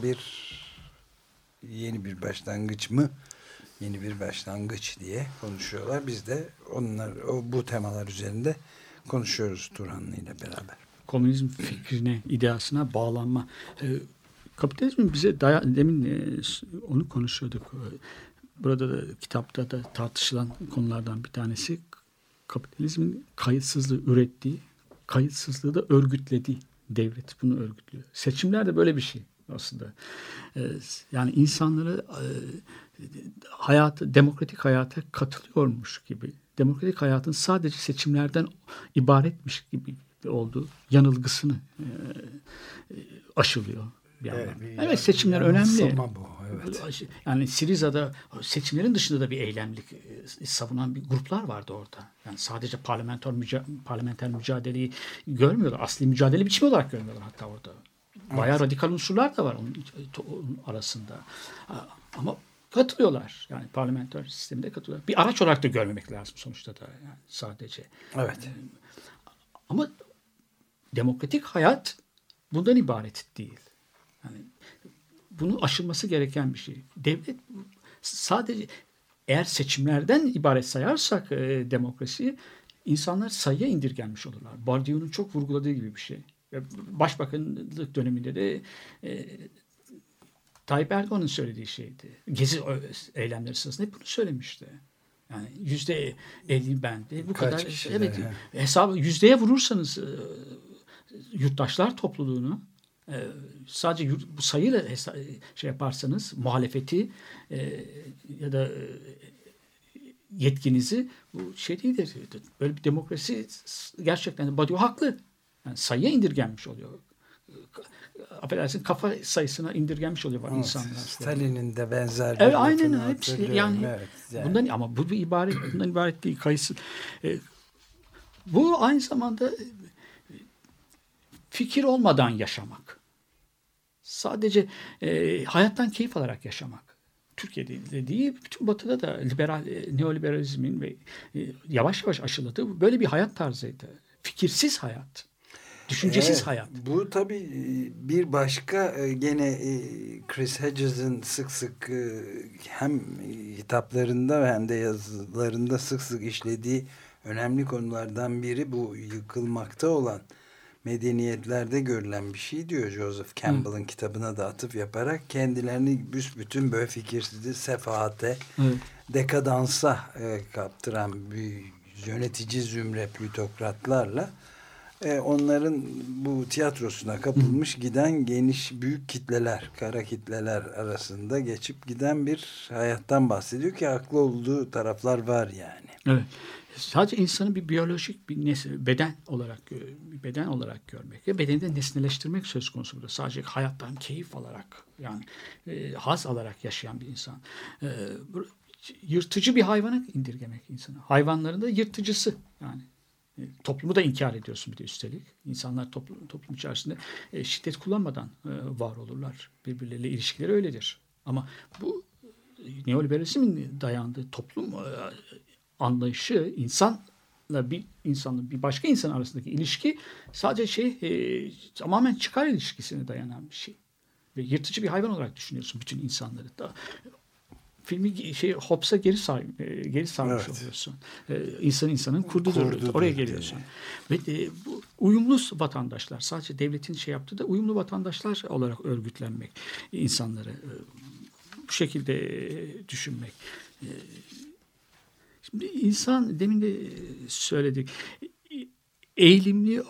yeni bir başlangıç mı? Yeni bir başlangıç diye konuşuyorlar. Biz de bu temalar üzerinde konuşuyoruz Turhanlı ile beraber. Komünizm fikrine, ideasına bağlanma. Kapitalizmin bize demin onu konuşuyorduk. Burada da kitapta da tartışılan konulardan bir tanesi kapitalizmin kayıtsızlığı ürettiği, kayıtsızlığı da örgütlediği devlet bunu örgütlüyor. Seçimler de böyle bir şey aslında. Yani insanları demokratik hayata katılıyormuş gibi, demokratik hayatın sadece seçimlerden ibaretmiş gibi olduğu yanılgısını aşılıyor. Evet, seçimler önemli. Bu, evet. Yani Siriza'da seçimlerin dışında da bir eylemlik savunan bir gruplar vardı orada. Yani sadece parlamenter mücadeleyi görmüyorlar. Asli mücadele biçimi olarak görmüyorlar hatta orada. Bayağı radikal unsurlar da var onun arasında. Ama katılıyorlar. Yani parlamenter sistemde katılıyorlar. Bir araç olarak da görmemek lazım sonuçta da yani sadece. Evet. Ama demokratik hayat bundan ibaret değil. Yani bunun aşılması gereken bir şey. Devlet sadece eğer seçimlerden ibaret sayarsak demokrasiyi, insanlar sayıya indirgenmiş olurlar. Badiou'nun çok vurguladığı gibi bir şey. Başbakanlık döneminde de Tayyip Erdoğan'ın söylediği şeydi. Gezi eylemleri sırasında hep bunu söylemişti. Yani %50 bende bu kadar. Evet. Hesabı yüzdeye vurursanız yurttaşlar topluluğunu, sadece bu sayıyla yaparsanız muhalefeti ya da yetkinizi, bu şey değildir. Böyle bir demokrasi gerçekten Badiou haklı. Yani sayıya indirgenmiş oluyor. Affedersin, kafa sayısına indirgenmiş oluyor insanlar. Stalin'in de benzer bir aynen hepsi yani, yani. Bundan, ama bu bir ibaret, bundan ibaret değil, kayısı. Bu aynı zamanda fikir olmadan yaşamak. Sadece hayattan keyif alarak yaşamak. Türkiye'de değil, bütün Batı'da da neoliberalizmin ve yavaş yavaş aşıladığı böyle bir hayat tarzıydı. Fikirsiz hayat. Düşüncesiz hayat. Bu tabii bir başka gene Chris Hedges'in sık sık hem hitaplarında hem de yazılarında sık sık işlediği önemli konulardan biri, bu yıkılmakta olan medeniyetlerde görülen bir şey diyor. Joseph Campbell'ın kitabına da atıf yaparak kendilerini büsbütün böyle fikirsizliğe, sefahate, dekadansa kaptıran bir yönetici zümre plütokratlarla onların bu tiyatrosuna kapılmış giden geniş büyük kitleler, kara kitleler arasında geçip giden bir hayattan bahsediyor ki haklı olduğu taraflar var yani. Evet. Sadece insanı bir biyolojik bir beden olarak görmek ve bedeni de nesneleştirmek söz konusu burada. Sadece hayattan keyif alarak, yani haz alarak yaşayan bir insan. Yırtıcı bir hayvana indirgemek insanı. Hayvanların da yırtıcısı yani. Toplumu da inkar ediyorsun bir de üstelik. İnsanlar toplum içerisinde şiddet kullanmadan var olurlar. Birbirleriyle ilişkileri öyledir. Ama bu neoliberalizmin dayandığı toplum anlayışı, insanla bir başka insan arasındaki ilişki sadece tamamen çıkar ilişkisine dayanan bir şey. Ve yırtıcı bir hayvan olarak düşünüyorsun bütün insanları da. filmi Hobbes'a geri sarmış evet. oluyorsun. İnsanın kurdudur. Oraya geliyorsun. Ve bu uyumlu vatandaşlar, sadece devletin yaptığı da uyumlu vatandaşlar olarak örgütlenmek, insanları bu şekilde düşünmek. Şimdi insan, demin de söyledik, eğilimli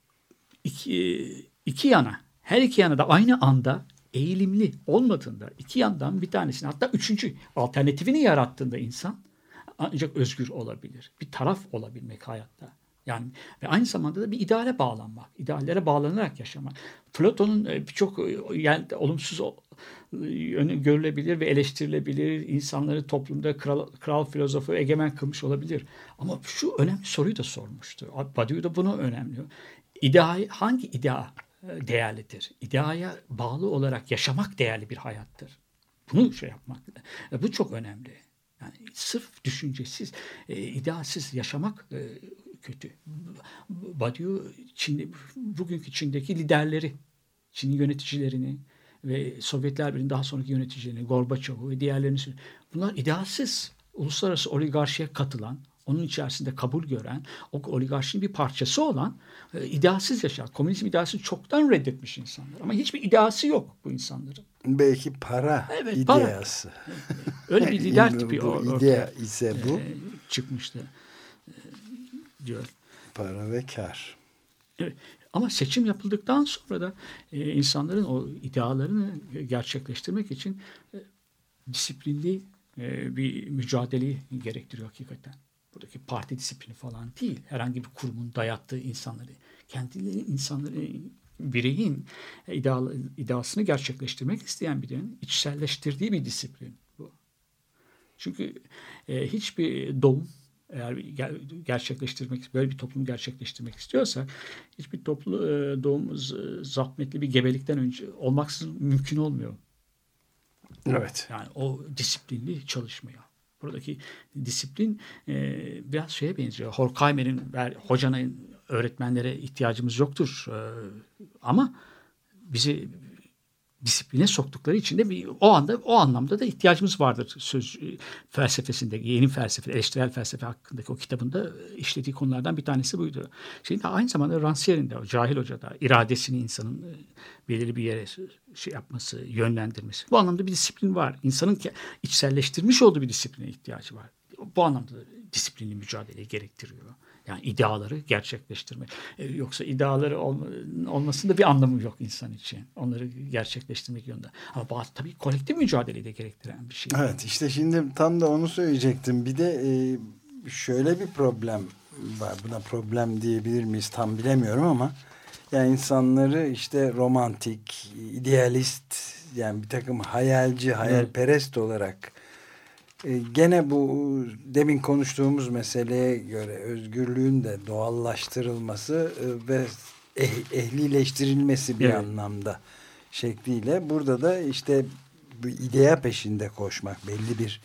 iki yana, her iki yana da aynı anda eğilimli olmadığında, iki yandan bir tanesini, hatta üçüncü alternatifini yarattığında insan ancak özgür olabilir. Bir taraf olabilmek hayatta. Yani ve aynı zamanda da bir ideale bağlanmak, ideallere bağlanarak yaşamak. Platon'un birçok olumsuz yönü görülebilir ve eleştirilebilir. İnsanları toplumda kral filozofu egemen kılmış olabilir. Ama şu önemli soruyu da sormuştu. Badiou da bunu önemliyor. Hangi idea değerlidir? İdeaya bağlı olarak yaşamak değerli bir hayattır. Bunu yapmak. Bu çok önemli. Yani sırf düşüncesiz, idealsiz yaşamak kötü. Badiou bugünkü Çin'deki liderleri, Çin'in yöneticilerini ve Sovyetler Birliği'nin daha sonraki yöneticilerini, Gorbaçov'u ve diğerlerini, bunlar idealsiz, uluslararası oligarşiye katılan, onun içerisinde kabul gören, o oligarşinin bir parçası olan idealsiz yaşar. Komünizm idealini çoktan reddetmiş insanlar. Ama hiçbir ideası yok bu insanların. Belki para ideası. Para. Öyle bir lider tipi idea ise bu. Çıkmıştı diyor. Para ve kar. Evet. Ama seçim yapıldıktan sonra da insanların o idealarını gerçekleştirmek için disiplinli bir mücadeleyi gerektiriyor hakikaten. Buradaki parti disiplini falan değil. Herhangi bir kurumun dayattığı insanları, bireyin ideasını gerçekleştirmek isteyen birinin içselleştirdiği bir disiplin bu. Çünkü hiçbir doğum, eğer böyle bir toplum gerçekleştirmek istiyorsak, hiçbir doğum zahmetli bir gebelikten önce olmaksızın mümkün olmuyor. Evet. Yani o disiplinli çalışmaya. Buradaki disiplin biraz şeye benziyor. Horkheimer'in hocanın, öğretmenlere ihtiyacımız yoktur. Ama bizi disipline soktukları için de o anlamda da ihtiyacımız vardır. Felsefesindeki, yeni felsefe, eleştirel felsefe hakkındaki o kitabında işlediği konulardan bir tanesi buydu. Şimdi aynı zamanda Rancière'in de, o Cahil Hoca da, iradesini insanın belirli bir yere yapması, yönlendirmesi. Bu anlamda bir disiplin var. İnsanın içselleştirmiş olduğu bir disipline ihtiyacı var. Bu anlamda disiplinli mücadeleyi gerektiriyor. Yani ideaları gerçekleştirmek. Yoksa ideaları olmasında bir anlamı yok insan için. Onları gerçekleştirmek yolunda. Ama tabii kolektif mücadeleyi de gerektiren bir şey. Evet, işte şimdi tam da onu söyleyecektim. Bir de şöyle bir problem var. Buna problem diyebilir miyiz tam bilemiyorum ama yani insanları işte romantik, idealist, yani bir takım hayalperest olarak gene bu demin konuştuğumuz meseleye göre özgürlüğün de doğallaştırılması ve ehlileştirilmesi bir anlamda şekliyle burada da işte bu idea peşinde koşmak, belli bir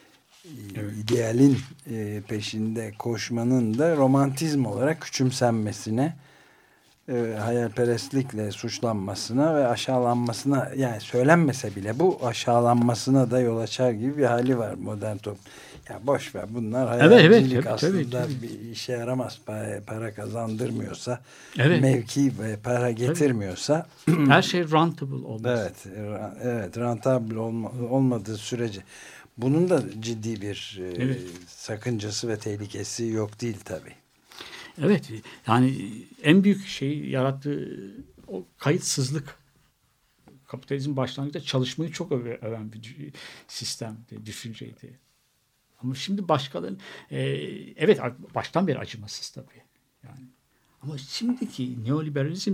idealin peşinde koşmanın da romantizm olarak küçümsenmesine, hayalperestlikle suçlanmasına ve aşağılanmasına, yani söylenmese bile bu aşağılanmasına da yol açar gibi bir hali var modern toplum. Ya boş ver, bunlar hayalcilik, aslında bir işe yaramaz, para kazandırmıyorsa, mevki ve para getirmiyorsa her şey rentable olmaz. Evet, rentable olmadığı sürece bunun da ciddi bir sakıncası ve tehlikesi yok değil tabii. Evet, yani en büyük şeyi yarattığı o kayıtsızlık. Kapitalizm başlangıçta çalışmayı çok öven bir sistemdi, düşünceydi. Ama şimdi başkaları, evet baştan beri acımasız tabii. Yani. Ama şimdiki neoliberalizm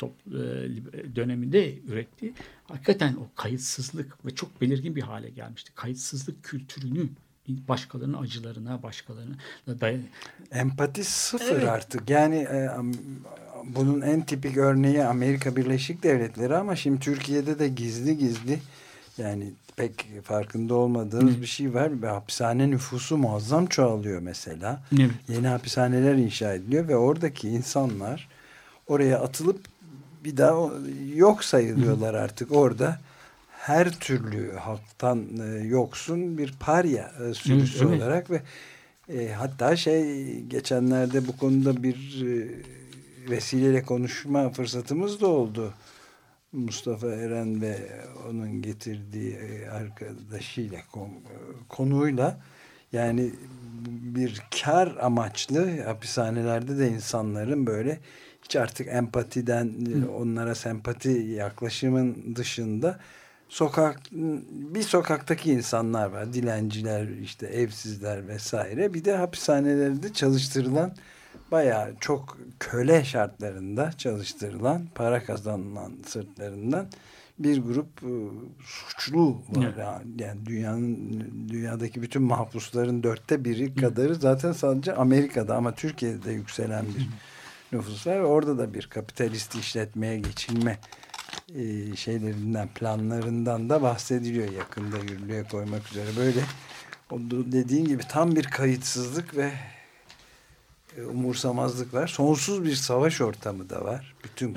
döneminde ürettiği hakikaten o kayıtsızlık ve çok belirgin bir hale gelmişti. Kayıtsızlık kültürünü başkalarının acılarına, başkalarına empati sıfır artık. Yani bunun en tipik örneği Amerika Birleşik Devletleri ama şimdi Türkiye'de de gizli yani pek farkında olmadığımız bir şey var. Ve hapishane nüfusu muazzam çoğalıyor mesela. Yeni hapishaneler inşa ediliyor ve oradaki insanlar oraya atılıp bir daha yok sayılıyorlar artık. Orada her türlü haktan yoksun bir parya sürüsü olarak ve hatta geçenlerde bu konuda bir vesileyle konuşma fırsatımız da oldu. Mustafa Eren ve onun getirdiği arkadaşıyla konuyla, yani bir kar amaçlı hapishanelerde de insanların böyle hiç artık empatiden, onlara sempati yaklaşımın dışında bir sokaktaki insanlar var. Dilenciler, işte evsizler vesaire. Bir de hapishanelerde çalıştırılan, bayağı çok köle şartlarında çalıştırılan, para kazanılan sırtlarından bir grup suçlu var. Yani dünyadaki bütün mahpusların 1/4 kadarı zaten sadece Amerika'da, ama Türkiye'de yükselen bir nüfus var. Orada da bir kapitalist işletmeye geçilme şeylerinden, planlarından da bahsediliyor, yakında yürürlüğe koymak üzere. Böyle dediğin gibi tam bir kayıtsızlık ve umursamazlık var. Sonsuz bir savaş ortamı da var. Bütün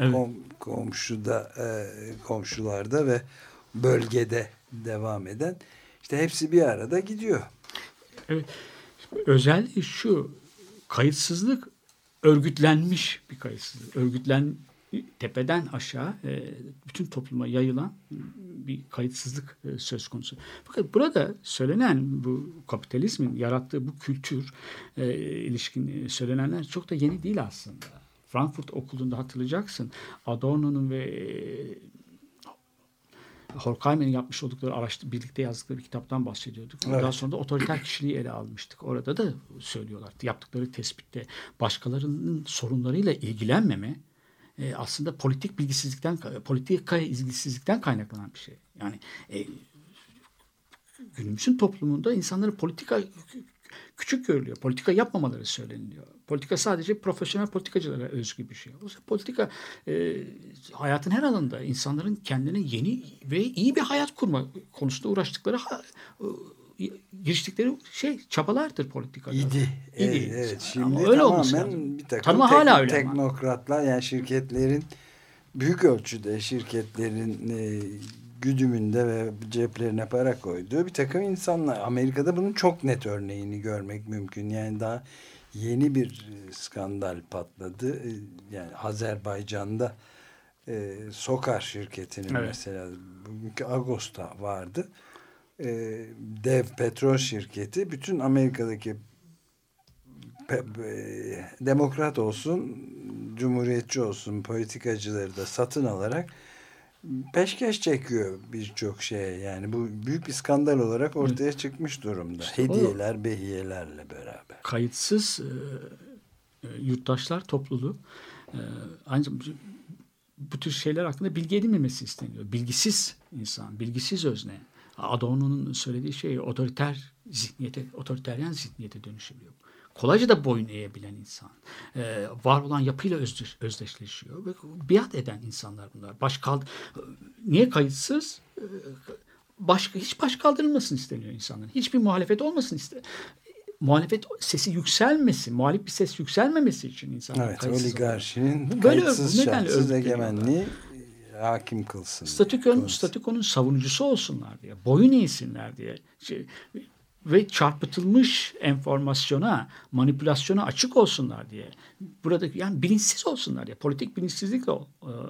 komşularda ve bölgede devam eden. İşte hepsi bir arada gidiyor. Evet. Özellikle şu kayıtsızlık örgütlenmiş bir kayıtsızlık. Tepeden aşağı bütün topluma yayılan bir kayıtsızlık söz konusu. Fakat burada söylenen bu kapitalizmin yarattığı bu kültür ilişkin söylenenler çok da yeni değil aslında. Frankfurt Okulu'nda hatırlayacaksın, Adorno'nun ve Horkheimer'in yapmış oldukları birlikte yazdıkları bir kitaptan bahsediyorduk. Evet. Daha sonra da otoriter kişiliği ele almıştık. Orada da söylüyorlar. Yaptıkları tespitte başkalarının sorunlarıyla ilgilenmeme aslında politika ilgisizlikten kaynaklanan bir şey. Yani günümüzün toplumunda insanların politika küçük görülüyor. Politika yapmamaları söyleniliyor. Politika sadece profesyonel politikacılara özgü bir şey. Oysa politika hayatın her alanında insanların kendine yeni ve iyi bir hayat kurma konusunda uğraştıkları giriştikleri çabalardır politika. İdi. Evet. Şimdi öyle tamamen bir takım hala teknokratlar, yani şirketlerin, büyük ölçüde şirketlerin güdümünde ve ceplerine para koyduğu bir takım insanlar. Amerika'da bunun çok net örneğini görmek mümkün. Yani daha yeni bir skandal patladı. Yani Azerbaycan'da Sokar şirketinin mesela bugünkü Ağustos'ta vardı. Dev petrol şirketi bütün Amerika'daki demokrat olsun, cumhuriyetçi olsun politikacıları da satın alarak peşkeş çekiyor birçok şeye. Yani bu büyük bir skandal olarak ortaya çıkmış durumda. Hediyeler, behiyelerle beraber. Kayıtsız yurttaşlar topluluğu ancak bu tür şeyler hakkında bilgi edinmemesi isteniyor. Bilgisiz insan, bilgisiz özne. Adorno'nun söylediği şey otoriteryen zihniyete dönüşebiliyor. Kolayca da boyun eğebilen insan. Var olan yapıyla özdeşleşiyor ve biat eden insanlar bunlar. Niye kayıtsız? Hiç baş kaldırılmasın isteniyor insanların. Hiçbir muhalefet olmasın muhalefet sesi yükselmesin, muhalif bir ses yükselmemesi için insanlar kayıtsız. Evet, oligarşinin kayıtsız şartsız egemenliği hakim kılsın. Statükonun savunucusu olsunlar diye, boyun eğsinler diye ve çarpıtılmış enformasyona, manipülasyona açık olsunlar diye. Burada yani bilinçsiz olsunlar diye. Politik bilinçsizlik de o.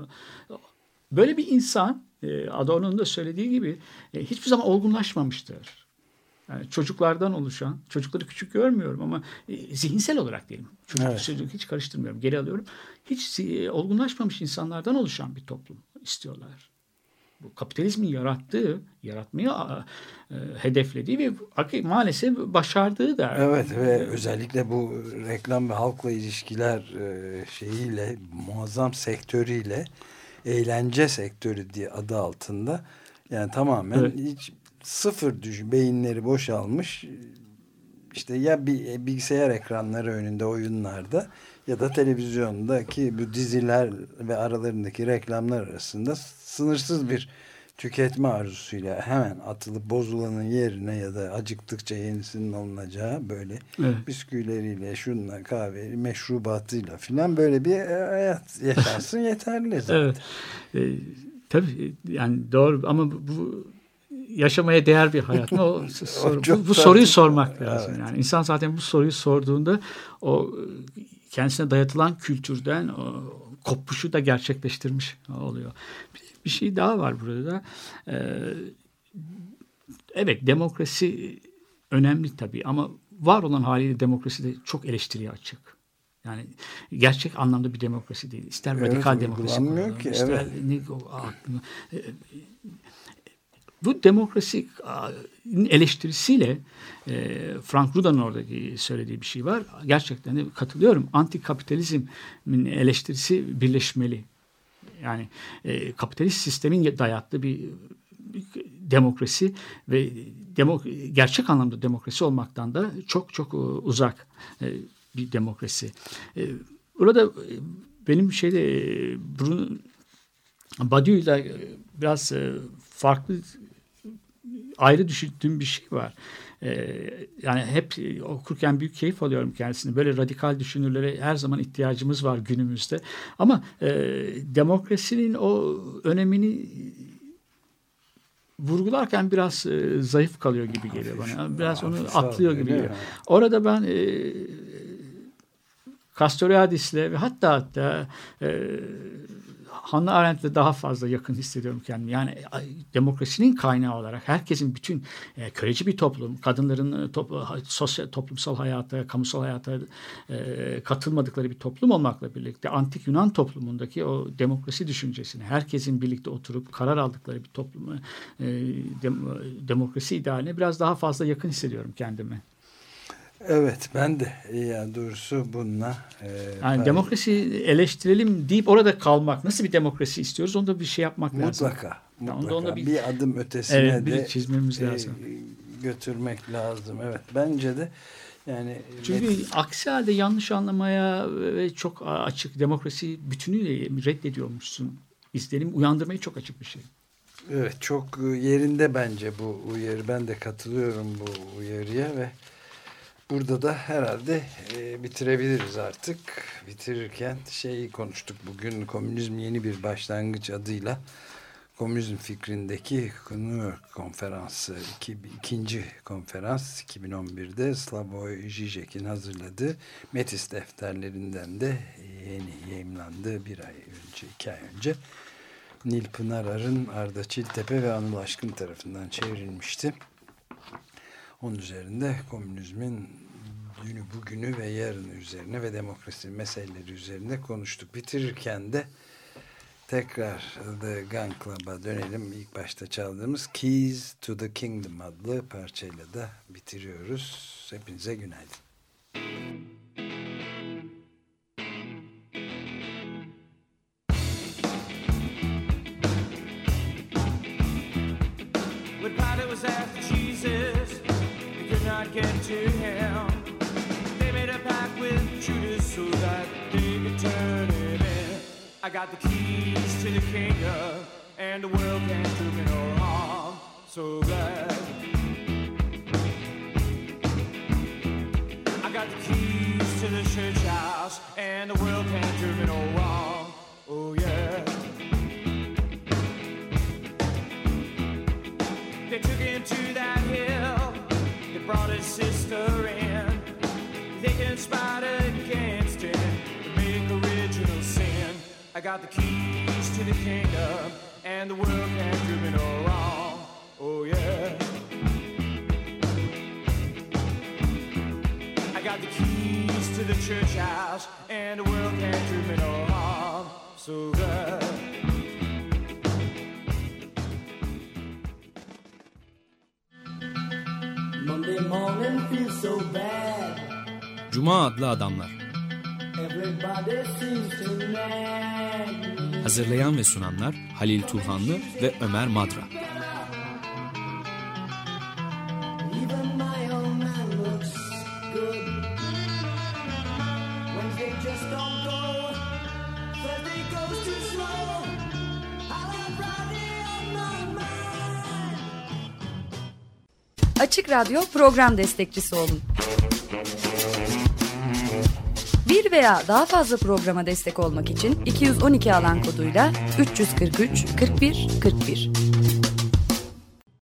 Böyle bir insan, Adorno'nun da söylediği gibi hiçbir zaman olgunlaşmamıştır. Yani çocuklardan oluşan, çocukları küçük görmüyorum ama zihinsel olarak diyelim. Çocuk hiç karıştırmıyorum, geri alıyorum. Hiç olgunlaşmamış insanlardan oluşan bir toplum istiyorlar. Bu kapitalizmin yaratmayı hedeflediği ve maalesef başardığı da. Evet ve özellikle bu reklam ve halkla ilişkiler şeyiyle, muazzam sektörüyle, eğlence sektörü diye adı altında, yani tamamen hiç sıfır beyinleri boşalmış, işte ya bilgisayar ekranları önünde oyunlarda ya da televizyondaki bu diziler ve aralarındaki reklamlar arasında sınırsız bir tüketme arzusuyla hemen atılıp bozulanın yerine ya da acıktıkça yenisinin alınacağı böyle bisküvileriyle, şunla kahve meşrubatıyla filan böyle bir hayat yaşansın yeterli zaten. Evet. Tabii yani doğru ama bu yaşamaya değer bir hayat mı? Bu soruyu sormak lazım. Evet. Yani insan zaten bu soruyu sorduğunda o kendisine dayatılan kültürden o kopuşu da gerçekleştirmiş oluyor. Bir şey daha var burada. Evet, demokrasi önemli tabii ama var olan haliyle demokrasi de çok eleştiriye açık. Yani gerçek anlamda bir demokrasi değil. İster radikal demokrasi kullanalım, ki, ister bu demokrasi eleştirisiyle Frank Ruda'nın oradaki söylediği bir şey var. Gerçekten de katılıyorum. Antikapitalizmin eleştirisi birleşmeli. Yani kapitalist sistemin dayattığı bir demokrasi ve gerçek anlamda demokrasi olmaktan da çok çok uzak bir demokrasi. Burada benim Badiou'yla biraz farklı ayrı düşündüğüm bir şey var. Yani hep okurken büyük keyif alıyorum kendisini. Böyle radikal düşünürlere her zaman ihtiyacımız var günümüzde. Ama demokrasinin o önemini vurgularken biraz zayıf kalıyor gibi geliyor bana. Biraz onu atlıyor gibi geliyor. Orada ben Castoriadis'le ve hatta Hannah Arendt'le daha fazla yakın hissediyorum kendimi. Yani demokrasinin kaynağı olarak herkesin bütün köleci bir toplum, kadınların toplumsal hayata, kamusal hayata katılmadıkları bir toplum olmakla birlikte antik Yunan toplumundaki o demokrasi düşüncesini, herkesin birlikte oturup karar aldıkları bir toplumu, demokrasi idealine biraz daha fazla yakın hissediyorum kendimi. Evet, ben de yani doğrusu bununla yani demokrasi eleştirelim deyip orada kalmak, nasıl bir demokrasi istiyoruz onu da bir şey yapmak lazım. Mutlaka. Onda bir adım ötesine de çizmemiz lazım. Götürmek lazım. Evet, bence de yani çünkü aksi halde yanlış anlamaya ve çok açık demokrasi bütünüyle reddediyormuşsun. İzlenim uyandırmaya çok açık bir şey. Evet, çok yerinde bence bu uyarı. Ben de katılıyorum bu uyarıya ve burada da herhalde bitirebiliriz artık. Bitirirken konuştuk bugün, komünizm yeni bir başlangıç adıyla komünizm fikrindeki New York konferansı, ikinci konferans 2011'de Slavoj Žižek'in hazırladığı Metis defterlerinden de yeni yayımlandı 2 ay önce. Nil Pınarar'ın, Arda Çiltepe ve Anıl Aşkın tarafından çevrilmişti. Onun üzerinde komünizmin dünü, bugünü ve yarını üzerine ve demokrasi meseleleri üzerine konuştuk. Bitirirken de tekrar The Gun Club'a dönelim. İlk başta çaldığımız Keys to the Kingdom adlı parçayla da bitiriyoruz. Hepinize günaydın. Get to him. They made a pact with Judas so that they could turn him in. I got the keys to the kingdom, and the world can't do me no harm. So glad. I got the keys to the church house, and the world can't do me no wrong. Oh yeah. They took him to that hill. Brought his sister in. They conspired against him to make original sin. I got the keys to the kingdom, and the world can't do me no wrong. Oh yeah. I got the keys to the church house, and the world can't do me no harm. So good. Cuma adlı adamlar. Hazırlayan ve sunanlar Halil Turhanlı ve Ömer Madra. Açık Radyo program destekçisi olun. Bir veya daha fazla programa destek olmak için 212 alan koduyla 343 41 41.